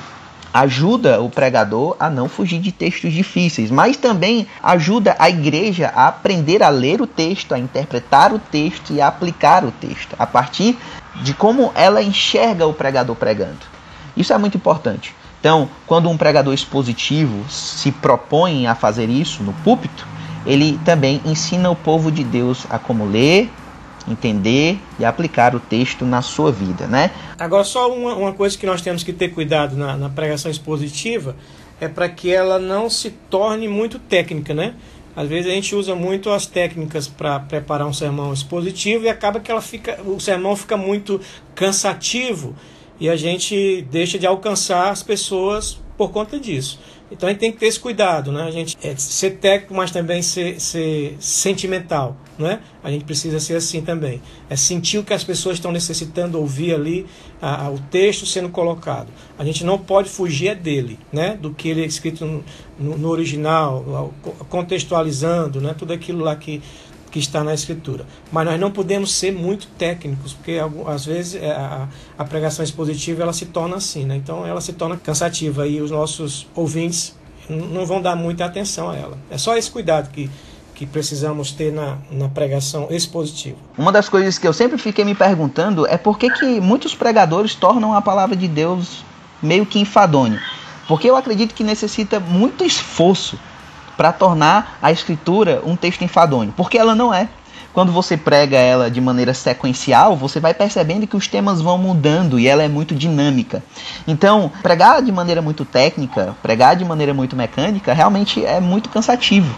ajuda o pregador a não fugir de textos difíceis, mas também ajuda a igreja a aprender a ler o texto, a interpretar o texto e a aplicar o texto, a partir de como ela enxerga o pregador pregando. Isso é muito importante. Então, quando um pregador expositivo se propõe a fazer isso no púlpito, ele também ensina o povo de Deus a como ler, entender e aplicar o texto na sua vida, né? Agora, só uma coisa que nós temos que ter cuidado na pregação expositiva é para que ela não se torne muito técnica, né? Às vezes a gente usa muito as técnicas para preparar um sermão expositivo e acaba que o sermão fica muito cansativo e a gente deixa de alcançar as pessoas por conta disso. Então a gente tem que ter esse cuidado, né? A gente ser técnico, mas também ser sentimental, né? A gente precisa ser assim também. É sentir o que as pessoas estão necessitando ouvir ali, o texto sendo colocado. A gente não pode fugir dele, né? Do que ele é escrito no original, contextualizando, né? Tudo aquilo lá que está na Escritura. Mas nós não podemos ser muito técnicos, porque às vezes a pregação expositiva ela se torna assim, né? Então ela se torna cansativa e os nossos ouvintes não vão dar muita atenção a ela. É só esse cuidado que precisamos ter na pregação expositiva. Uma das coisas que eu sempre fiquei me perguntando é por que muitos pregadores tornam a palavra de Deus meio que enfadonha. Porque eu acredito que necessita muito esforço para tornar a escritura um texto enfadonho, porque ela não é. Quando você prega ela de maneira sequencial, você vai percebendo que os temas vão mudando e ela é muito dinâmica. Então, pregar de maneira muito técnica, pregar de maneira muito mecânica, realmente é muito cansativo.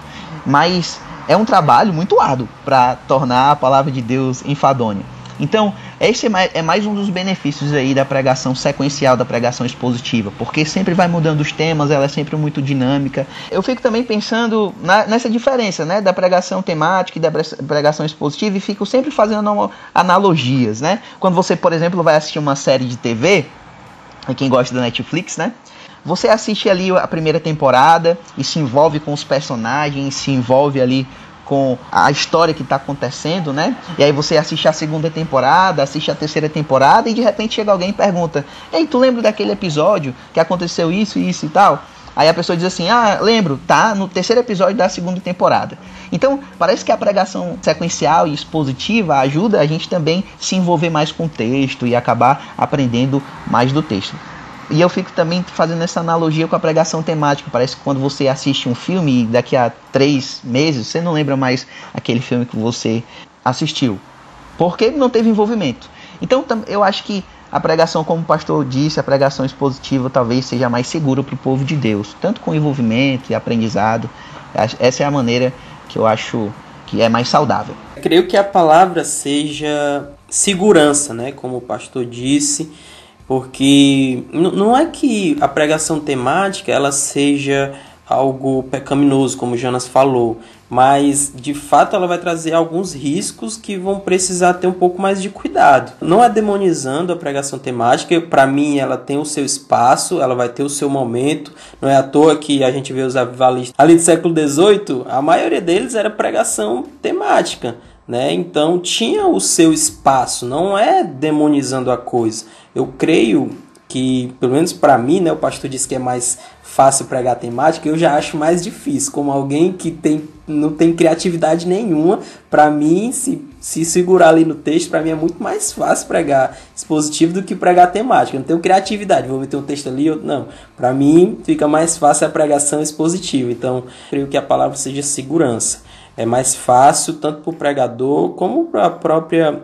Mas é um trabalho muito árduo para tornar a palavra de Deus enfadonha. Então, esse é mais um dos benefícios aí da pregação sequencial, da pregação expositiva, porque sempre vai mudando os temas, ela é sempre muito dinâmica. Eu fico também pensando nessa diferença, né, da pregação temática e da pregação expositiva, e fico sempre fazendo analogias, né? Quando você, por exemplo, vai assistir uma série de TV, quem gosta da Netflix, né? Você assiste ali a primeira temporada e se envolve com os personagens, se envolve ali com a história que está acontecendo, né? E aí você assiste a segunda temporada, assiste a terceira temporada e de repente chega alguém e pergunta: ei, tu lembra daquele episódio que aconteceu isso e tal? Aí a pessoa diz assim: ah, lembro, tá no terceiro episódio da segunda temporada. Então, parece que a pregação sequencial e expositiva ajuda a gente também se envolver mais com o texto e acabar aprendendo mais do texto. E eu fico também fazendo essa analogia com a pregação temática. Parece que quando você assiste um filme e daqui a 3 meses você não lembra mais aquele filme que você assistiu, porque não teve envolvimento. Então eu acho que a pregação, como o pastor disse, a pregação expositiva talvez seja mais segura para o povo de Deus, tanto com envolvimento e aprendizado. Essa é a maneira que eu acho que é mais saudável. Eu creio que a palavra seja segurança, né? Como o pastor disse, porque não é que a pregação temática ela seja algo pecaminoso, como o Jonas falou, mas de fato ela vai trazer alguns riscos que vão precisar ter um pouco mais de cuidado. Não é demonizando a pregação temática, para mim ela tem o seu espaço, ela vai ter o seu momento. Não é à toa que a gente vê os avivalistas ali do século XVIII, a maioria deles era pregação temática, né? Então tinha o seu espaço, não é demonizando a coisa. Eu creio que, pelo menos para mim, né, o pastor disse que é mais fácil pregar temática, eu já acho mais difícil. Como alguém que não tem criatividade nenhuma, para mim, se segurar ali no texto, para mim é muito mais fácil pregar expositivo do que pregar temática. Eu não tenho criatividade, vou meter um texto ali, não. Para mim, fica mais fácil a pregação expositiva. Então, creio que a palavra seja segurança. É mais fácil tanto para o pregador como para a própria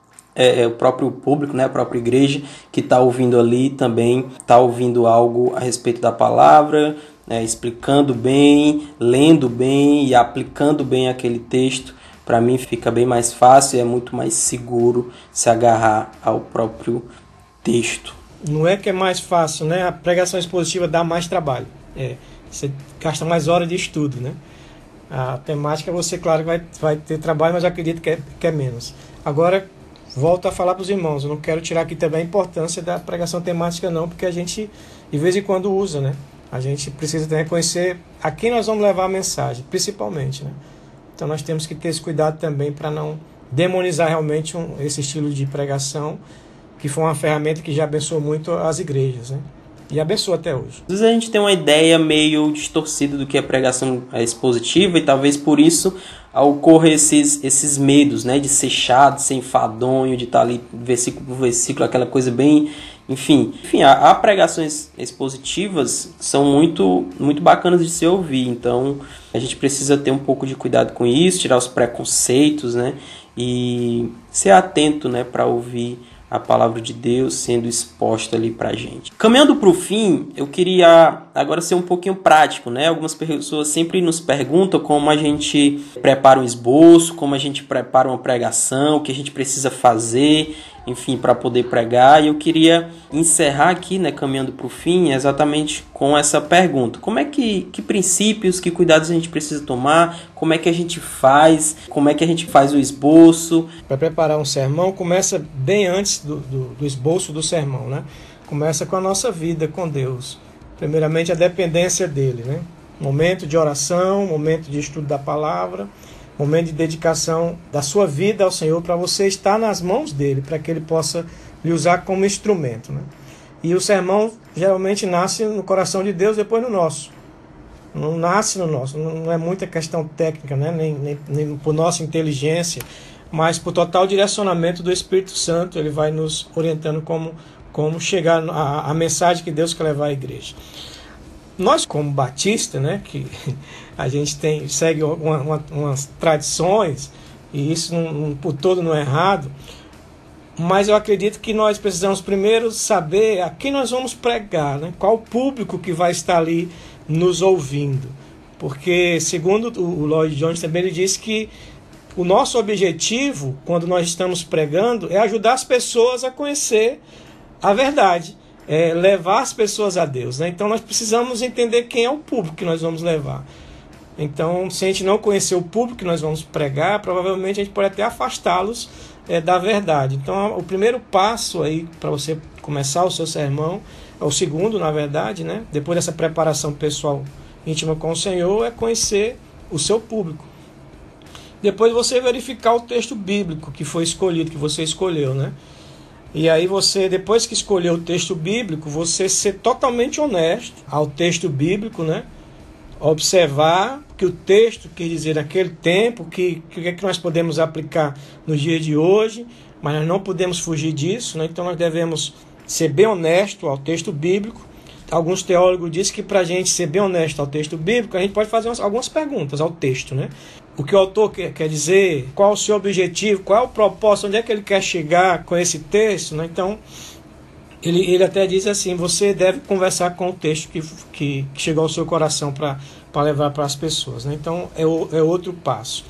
o próprio público, né, a própria igreja que está ouvindo ali também está ouvindo algo a respeito da palavra, explicando bem, lendo bem e aplicando bem aquele texto para mim fica bem mais fácil e é muito mais seguro se agarrar ao próprio texto. Não é que é mais fácil, né? A pregação expositiva dá mais trabalho. Você gasta mais horas de estudo, né? A temática você, claro, vai ter trabalho, mas eu acredito que é menos. Agora, volto a falar para os irmãos, eu não quero tirar aqui também a importância da pregação temática não, porque a gente, de vez em quando, usa, né? A gente precisa reconhecer a quem nós vamos levar a mensagem, principalmente, né? Então nós temos que ter esse cuidado também para não demonizar realmente esse estilo de pregação, que foi uma ferramenta que já abençoou muito as igrejas, né? E abençoa até hoje. Às vezes a gente tem uma ideia meio distorcida do que é pregação expositiva e talvez por isso ocorram esses medos, né? De ser chato, de ser enfadonho, de estar ali versículo por versículo, aquela coisa bem... Enfim, há pregações expositivas que são muito, muito bacanas de se ouvir. Então a gente precisa ter um pouco de cuidado com isso, tirar os preconceitos, né? E ser atento, né? Para ouvir a palavra de Deus sendo exposta ali pra gente. Caminhando pro fim, eu queria agora ser um pouquinho prático, né? Algumas pessoas sempre nos perguntam como a gente prepara um esboço, como a gente prepara uma pregação, o que a gente precisa fazer, enfim, para poder pregar. E eu queria encerrar aqui, né, caminhando pro fim, exatamente com essa pergunta. Como é que princípios, que cuidados a gente precisa tomar? Como é que a gente faz? Como é que a gente faz o esboço? Para preparar um sermão, começa bem antes do esboço do sermão, né? Começa com a nossa vida com Deus. Primeiramente, a dependência dele, né? Momento de oração, momento de estudo da palavra, momento de dedicação da sua vida ao Senhor para você estar nas mãos dele, para que ele possa lhe usar como instrumento, né? E o sermão geralmente nasce no coração de Deus, depois no nosso. Não nasce no nosso, não é muita questão técnica, né? nem por nossa inteligência, mas por total direcionamento do Espírito Santo. Ele vai nos orientando como chegar a mensagem que Deus quer levar à igreja. Nós, como batista, né, que a gente segue umas tradições, e isso por todo não é errado, mas eu acredito que nós precisamos primeiro saber a quem nós vamos pregar, né? Qual o público que vai estar ali nos ouvindo. Porque, segundo o Lloyd Jones também, ele disse que o nosso objetivo, quando nós estamos pregando, é ajudar as pessoas a conhecer a verdade, é levar as pessoas a Deus, né? Então nós precisamos entender quem é o público que nós vamos levar. Então, se a gente não conhecer o público que nós vamos pregar, provavelmente a gente pode até afastá-los da verdade. Então, o primeiro passo aí para você começar o seu sermão, é o segundo, na verdade, né? Depois dessa preparação pessoal íntima com o Senhor, é conhecer o seu público. Depois você verificar o texto bíblico que foi escolhido, que você escolheu, né? E aí você, depois que escolheu o texto bíblico, você ser totalmente honesto ao texto bíblico, né? Observar que o texto quer dizer naquele tempo, que é que nós podemos aplicar nos dias de hoje, mas nós não podemos fugir disso, né? Então nós devemos ser bem honesto ao texto bíblico. Alguns teólogos dizem que para a gente ser bem honesto ao texto bíblico, a gente pode fazer algumas perguntas ao texto, né? O que o autor quer dizer, qual o seu objetivo, qual é o propósito, onde é que ele quer chegar com esse texto, né? Então, ele até diz assim, você deve conversar com o texto que chegou ao seu coração para levar para as pessoas, né? Então, é outro passo.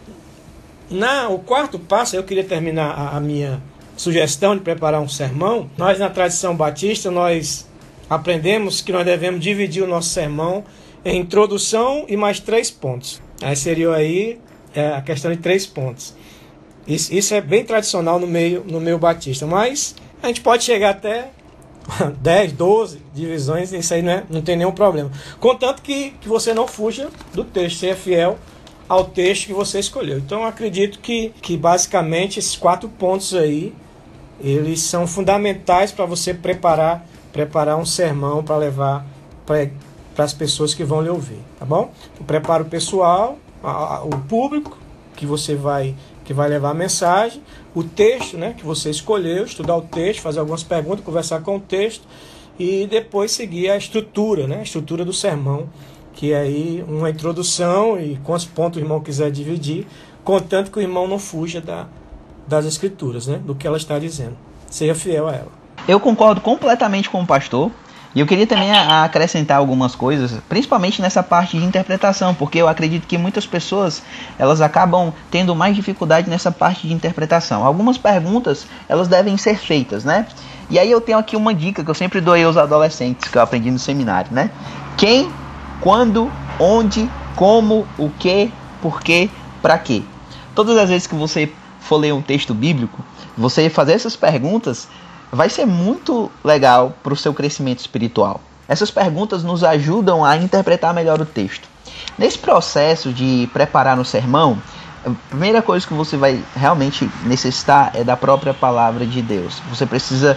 O quarto passo, eu queria terminar a minha sugestão de preparar um sermão. Nós, na tradição batista, nós aprendemos que nós devemos dividir o nosso sermão em introdução e mais 3 pontos. Aí seria a questão de 3 pontos. Isso é bem tradicional no meio batista, mas a gente pode chegar até 10, 12 divisões, isso aí não tem nenhum problema. Contanto que você não fuja do texto, seja fiel ao texto que você escolheu. Então eu acredito que basicamente esses 4 pontos aí, eles são fundamentais para você preparar um sermão para levar para as pessoas que vão lhe ouvir, tá bom? O preparo pessoal, o público que vai levar a mensagem, o texto, né, que você escolheu, estudar o texto, fazer algumas perguntas, conversar com o texto e depois seguir a estrutura, né, a estrutura do sermão, que é aí uma introdução e quantos pontos o irmão quiser dividir, contanto que o irmão não fuja das escrituras, né, do que ela está dizendo. Seja fiel a ela. Eu concordo completamente com o pastor. E eu queria também acrescentar algumas coisas, principalmente nessa parte de interpretação, porque eu acredito que muitas pessoas elas acabam tendo mais dificuldade nessa parte de interpretação. Algumas perguntas elas devem ser feitas, né? E aí eu tenho aqui uma dica que eu sempre dou aos adolescentes, que eu aprendi no seminário, né? Quem, quando, onde, como, o que, por quê, para quê. Todas as vezes que você for ler um texto bíblico, você fazer essas perguntas vai ser muito legal para o seu crescimento espiritual. Essas perguntas nos ajudam a interpretar melhor o texto. Nesse processo de preparar o sermão, a primeira coisa que você vai realmente necessitar é da própria palavra de Deus. Você precisa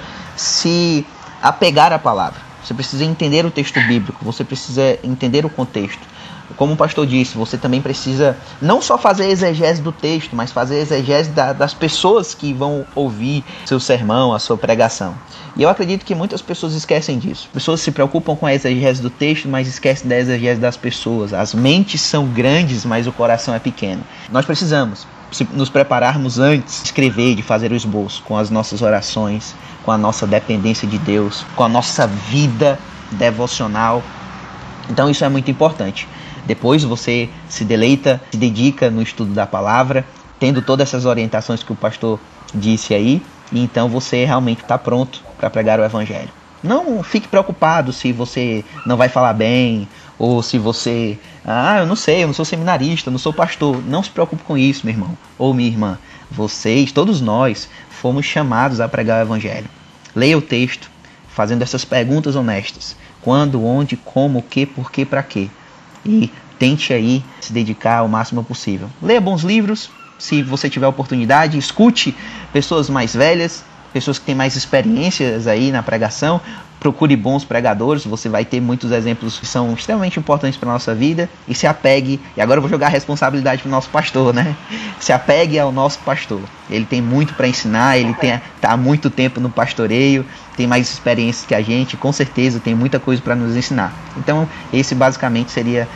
se apegar à palavra. Você precisa entender o texto bíblico. Você precisa entender o contexto. Como o pastor disse, você também precisa não só fazer exegese do texto, mas fazer exegese das pessoas que vão ouvir seu sermão, a sua pregação. E eu acredito que muitas pessoas esquecem disso. Pessoas se preocupam com a exegese do texto, mas esquecem da exegese das pessoas. As mentes são grandes, mas o coração é pequeno. Nós precisamos nos prepararmos antes de escrever, de fazer o esboço, com as nossas orações, com a nossa dependência de Deus, com a nossa vida devocional. Então isso é muito importante. Depois você se deleita, se dedica no estudo da palavra, tendo todas essas orientações que o pastor disse aí, e então você realmente está pronto para pregar o evangelho. Não fique preocupado se você não vai falar bem, ou se você... eu não sei, eu não sou seminarista, eu não sou pastor. Não se preocupe com isso, meu irmão ou minha irmã. Vocês, todos nós, fomos chamados a pregar o evangelho. Leia o texto, fazendo essas perguntas honestas. Quando, onde, como, o que, por quê, para quê. E tente aí se dedicar ao máximo possível. Leia bons livros, se você tiver oportunidade. Escute pessoas mais velhas, pessoas que têm mais experiências aí na pregação. Procure bons pregadores, você vai ter muitos exemplos que são extremamente importantes para a nossa vida. E se apegue, e agora eu vou jogar a responsabilidade para o nosso pastor, né? Se apegue ao nosso pastor. Ele tem muito para ensinar, ele está há muito tempo no pastoreio, tem mais experiências que a gente, com certeza tem muita coisa para nos ensinar. Então, esse basicamente seria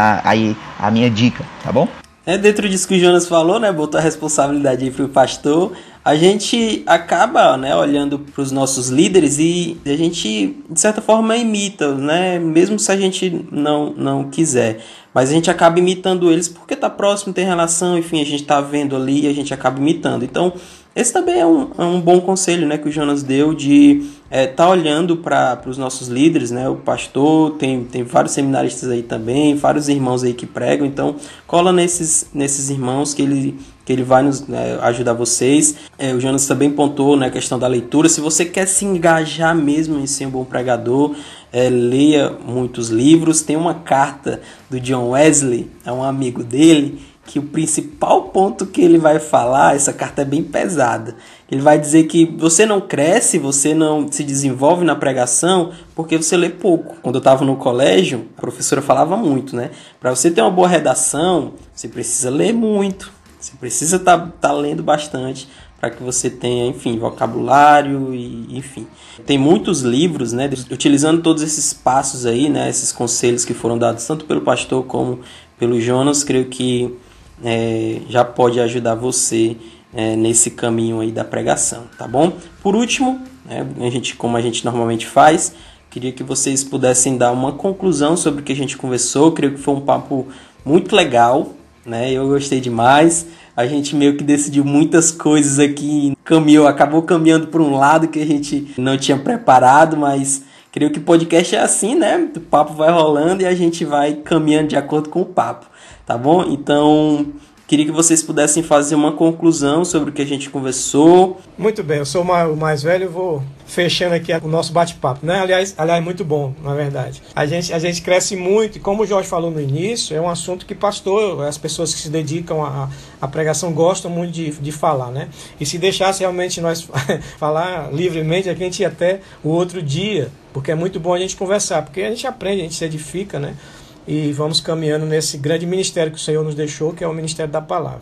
a minha dica, tá bom? Dentro disso que o Jonas falou, né, botou a responsabilidade aí pro pastor, a gente acaba, né, olhando para os nossos líderes e a gente, de certa forma, imita, né, mesmo se a gente não quiser. Mas a gente acaba imitando eles porque tá próximo, tem relação, enfim, a gente tá vendo ali e a gente acaba imitando. Então, esse também é um bom conselho, né, que o Jonas deu de tá olhando para os nossos líderes, né, o pastor, tem vários seminaristas aí também, vários irmãos aí que pregam, então cola nesses irmãos que ele vai nos ajudar vocês. O Jonas também pontuou, né, a questão da leitura. Se você quer se engajar mesmo em ser um bom pregador, leia muitos livros. Tem uma carta do John Wesley, é um amigo dele, que o principal ponto que ele vai falar, essa carta é bem pesada. Ele vai dizer que você não cresce, você não se desenvolve na pregação porque você lê pouco. Quando eu estava no colégio, a professora falava muito, né? Para você ter uma boa redação, você precisa ler muito. Você precisa tá lendo bastante para que você tenha, enfim, vocabulário e, enfim. Tem muitos livros, né? Utilizando todos esses passos aí, né? Esses conselhos que foram dados tanto pelo pastor como pelo Jonas, creio que já pode ajudar você nesse caminho aí da pregação, tá bom? Por último, como a gente normalmente faz, queria que vocês pudessem dar uma conclusão sobre o que a gente conversou. Creio que foi um papo muito legal, né? Eu gostei demais. A gente meio que decidiu muitas coisas aqui, acabou caminhando por um lado que a gente não tinha preparado, mas creio que podcast é assim, né? O papo vai rolando e a gente vai caminhando de acordo com o papo, tá bom? Então, queria que vocês pudessem fazer uma conclusão sobre o que a gente conversou. Muito bem, eu sou o mais velho, vou fechando aqui o nosso bate-papo, né? Aliás, muito bom, na verdade. A gente cresce muito, e como o Jorge falou no início, é um assunto que pastor, as pessoas que se dedicam à pregação gostam muito de falar, né? E se deixasse realmente nós falar livremente, a gente ia até o outro dia, porque é muito bom a gente conversar, porque a gente aprende, a gente se edifica, né? E vamos caminhando nesse grande ministério que o Senhor nos deixou, que é o ministério da palavra.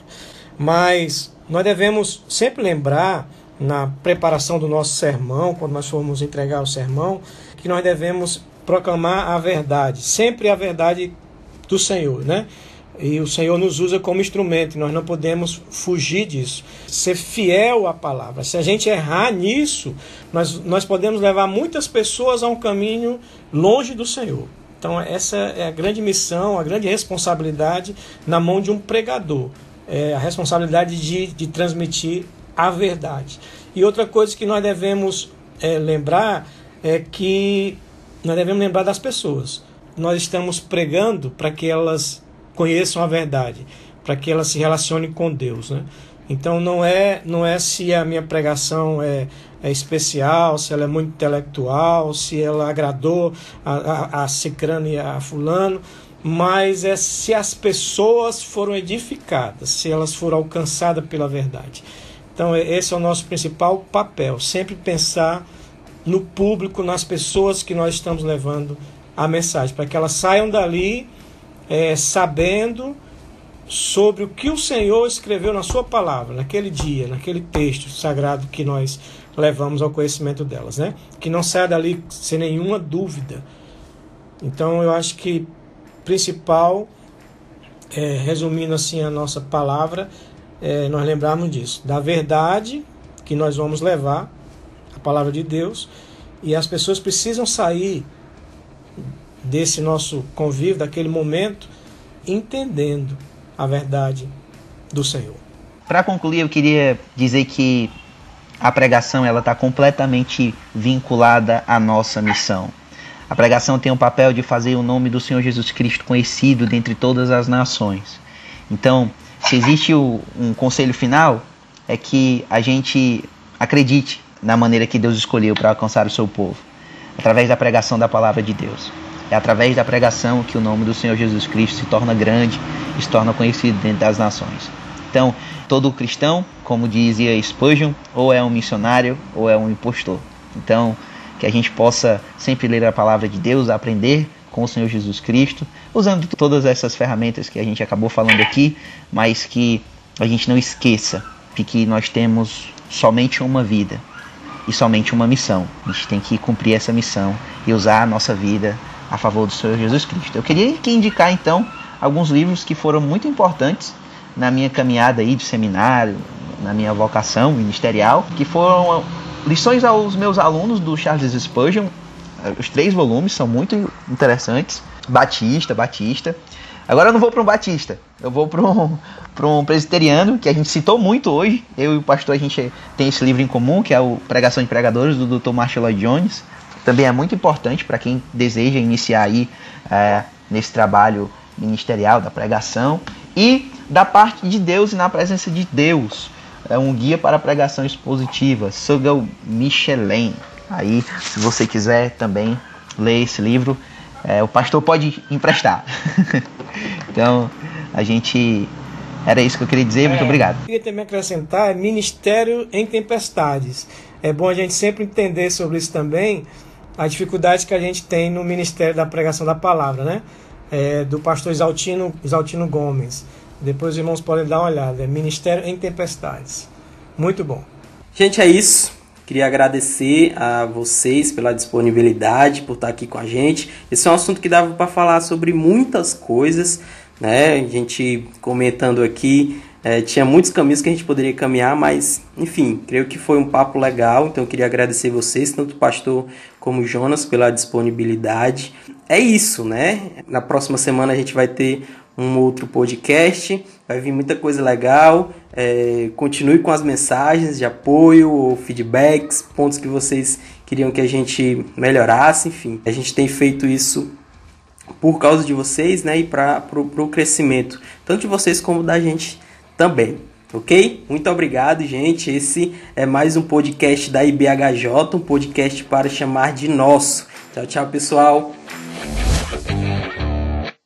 Mas nós devemos sempre lembrar, na preparação do nosso sermão, quando nós formos entregar o sermão, que nós devemos proclamar a verdade, sempre a verdade do Senhor, né? E o Senhor nos usa como instrumento, e nós não podemos fugir disso. Ser fiel à palavra. Se a gente errar nisso, nós podemos levar muitas pessoas a um caminho longe do Senhor. Então essa é a grande missão, a grande responsabilidade na mão de um pregador. É a responsabilidade de transmitir a verdade. E outra coisa que nós devemos lembrar é que nós devemos lembrar das pessoas. Nós estamos pregando para que elas conheçam a verdade, para que elas se relacionem com Deus, né? Então não é se a minha pregação é especial, se ela é muito intelectual, se ela agradou a cicrano e a fulano, mas é se as pessoas foram edificadas, se elas foram alcançadas pela verdade. Então esse é o nosso principal papel, sempre pensar no público, nas pessoas que nós estamos levando a mensagem, para que elas saiam dali sabendo sobre o que o Senhor escreveu na sua palavra, naquele dia, naquele texto sagrado que nós levamos ao conhecimento delas, né? Que não saia dali sem nenhuma dúvida. Então eu acho que principal, resumindo assim a nossa palavra, nós lembrarmos disso, da verdade que nós vamos levar, a palavra de Deus, e as pessoas precisam sair desse nosso convívio, daquele momento, entendendo a verdade do Senhor. Para concluir, eu queria dizer que a pregação ela está completamente vinculada à nossa missão. A pregação tem o papel de fazer o nome do Senhor Jesus Cristo conhecido dentre todas as nações. Então, se existe um conselho final, é que a gente acredite na maneira que Deus escolheu para alcançar o seu povo, através da pregação da palavra de Deus. É através da pregação que o nome do Senhor Jesus Cristo se torna grande e se torna conhecido dentro das nações. Então, todo cristão, como dizia Spurgeon, ou é um missionário ou é um impostor. Então, que a gente possa sempre ler a palavra de Deus, aprender com o Senhor Jesus Cristo, usando todas essas ferramentas que a gente acabou falando aqui, mas que a gente não esqueça de que nós temos somente uma vida e somente uma missão. A gente tem que cumprir essa missão e usar a nossa vida a favor do Senhor Jesus Cristo. Eu queria indicar então alguns livros que foram muito importantes na minha caminhada aí de seminário, na minha vocação ministerial, que foram lições aos meus alunos do Charles Spurgeon. Os 3 volumes são muito interessantes. Batista. Agora eu não vou para um batista, eu vou para um presbiteriano, que a gente citou muito hoje. Eu e o pastor, a gente tem esse livro em comum, que é o Pregação de Pregadores, do Dr. Marshall Lloyd Jones. Também é muito importante para quem deseja iniciar aí nesse trabalho ministerial da pregação. E da parte de Deus e na presença de Deus. É um guia para a pregação expositiva, Sugal Michelin. Aí, se você quiser também ler esse livro, o pastor pode emprestar. Então, era isso que eu queria dizer. Muito obrigado. Eu queria também acrescentar Ministério em Tempestades. É bom a gente sempre entender sobre isso também, a dificuldade que a gente tem no Ministério da Pregação da Palavra, né? Do pastor Exaltino Gomes. Depois os irmãos podem dar uma olhada. Ministério em Tempestades. Muito bom. Gente, é isso. Queria agradecer a vocês pela disponibilidade, por estar aqui com a gente. Esse é um assunto que dava para falar sobre muitas coisas, né? A gente comentando aqui, tinha muitos caminhos que a gente poderia caminhar, mas, enfim, creio que foi um papo legal. Então eu queria agradecer vocês, tanto o pastor como o Jonas, pela disponibilidade. É isso, né? Na próxima semana a gente vai ter um outro podcast, vai vir muita coisa legal. Continue com as mensagens de apoio ou feedbacks, pontos que vocês queriam que a gente melhorasse. Enfim, a gente tem feito isso por causa de vocês, né? E para o crescimento, tanto de vocês como da gente também, ok? Muito obrigado, gente. Esse é mais um podcast da IBHJ, um podcast para chamar de nosso. Tchau, tchau, pessoal.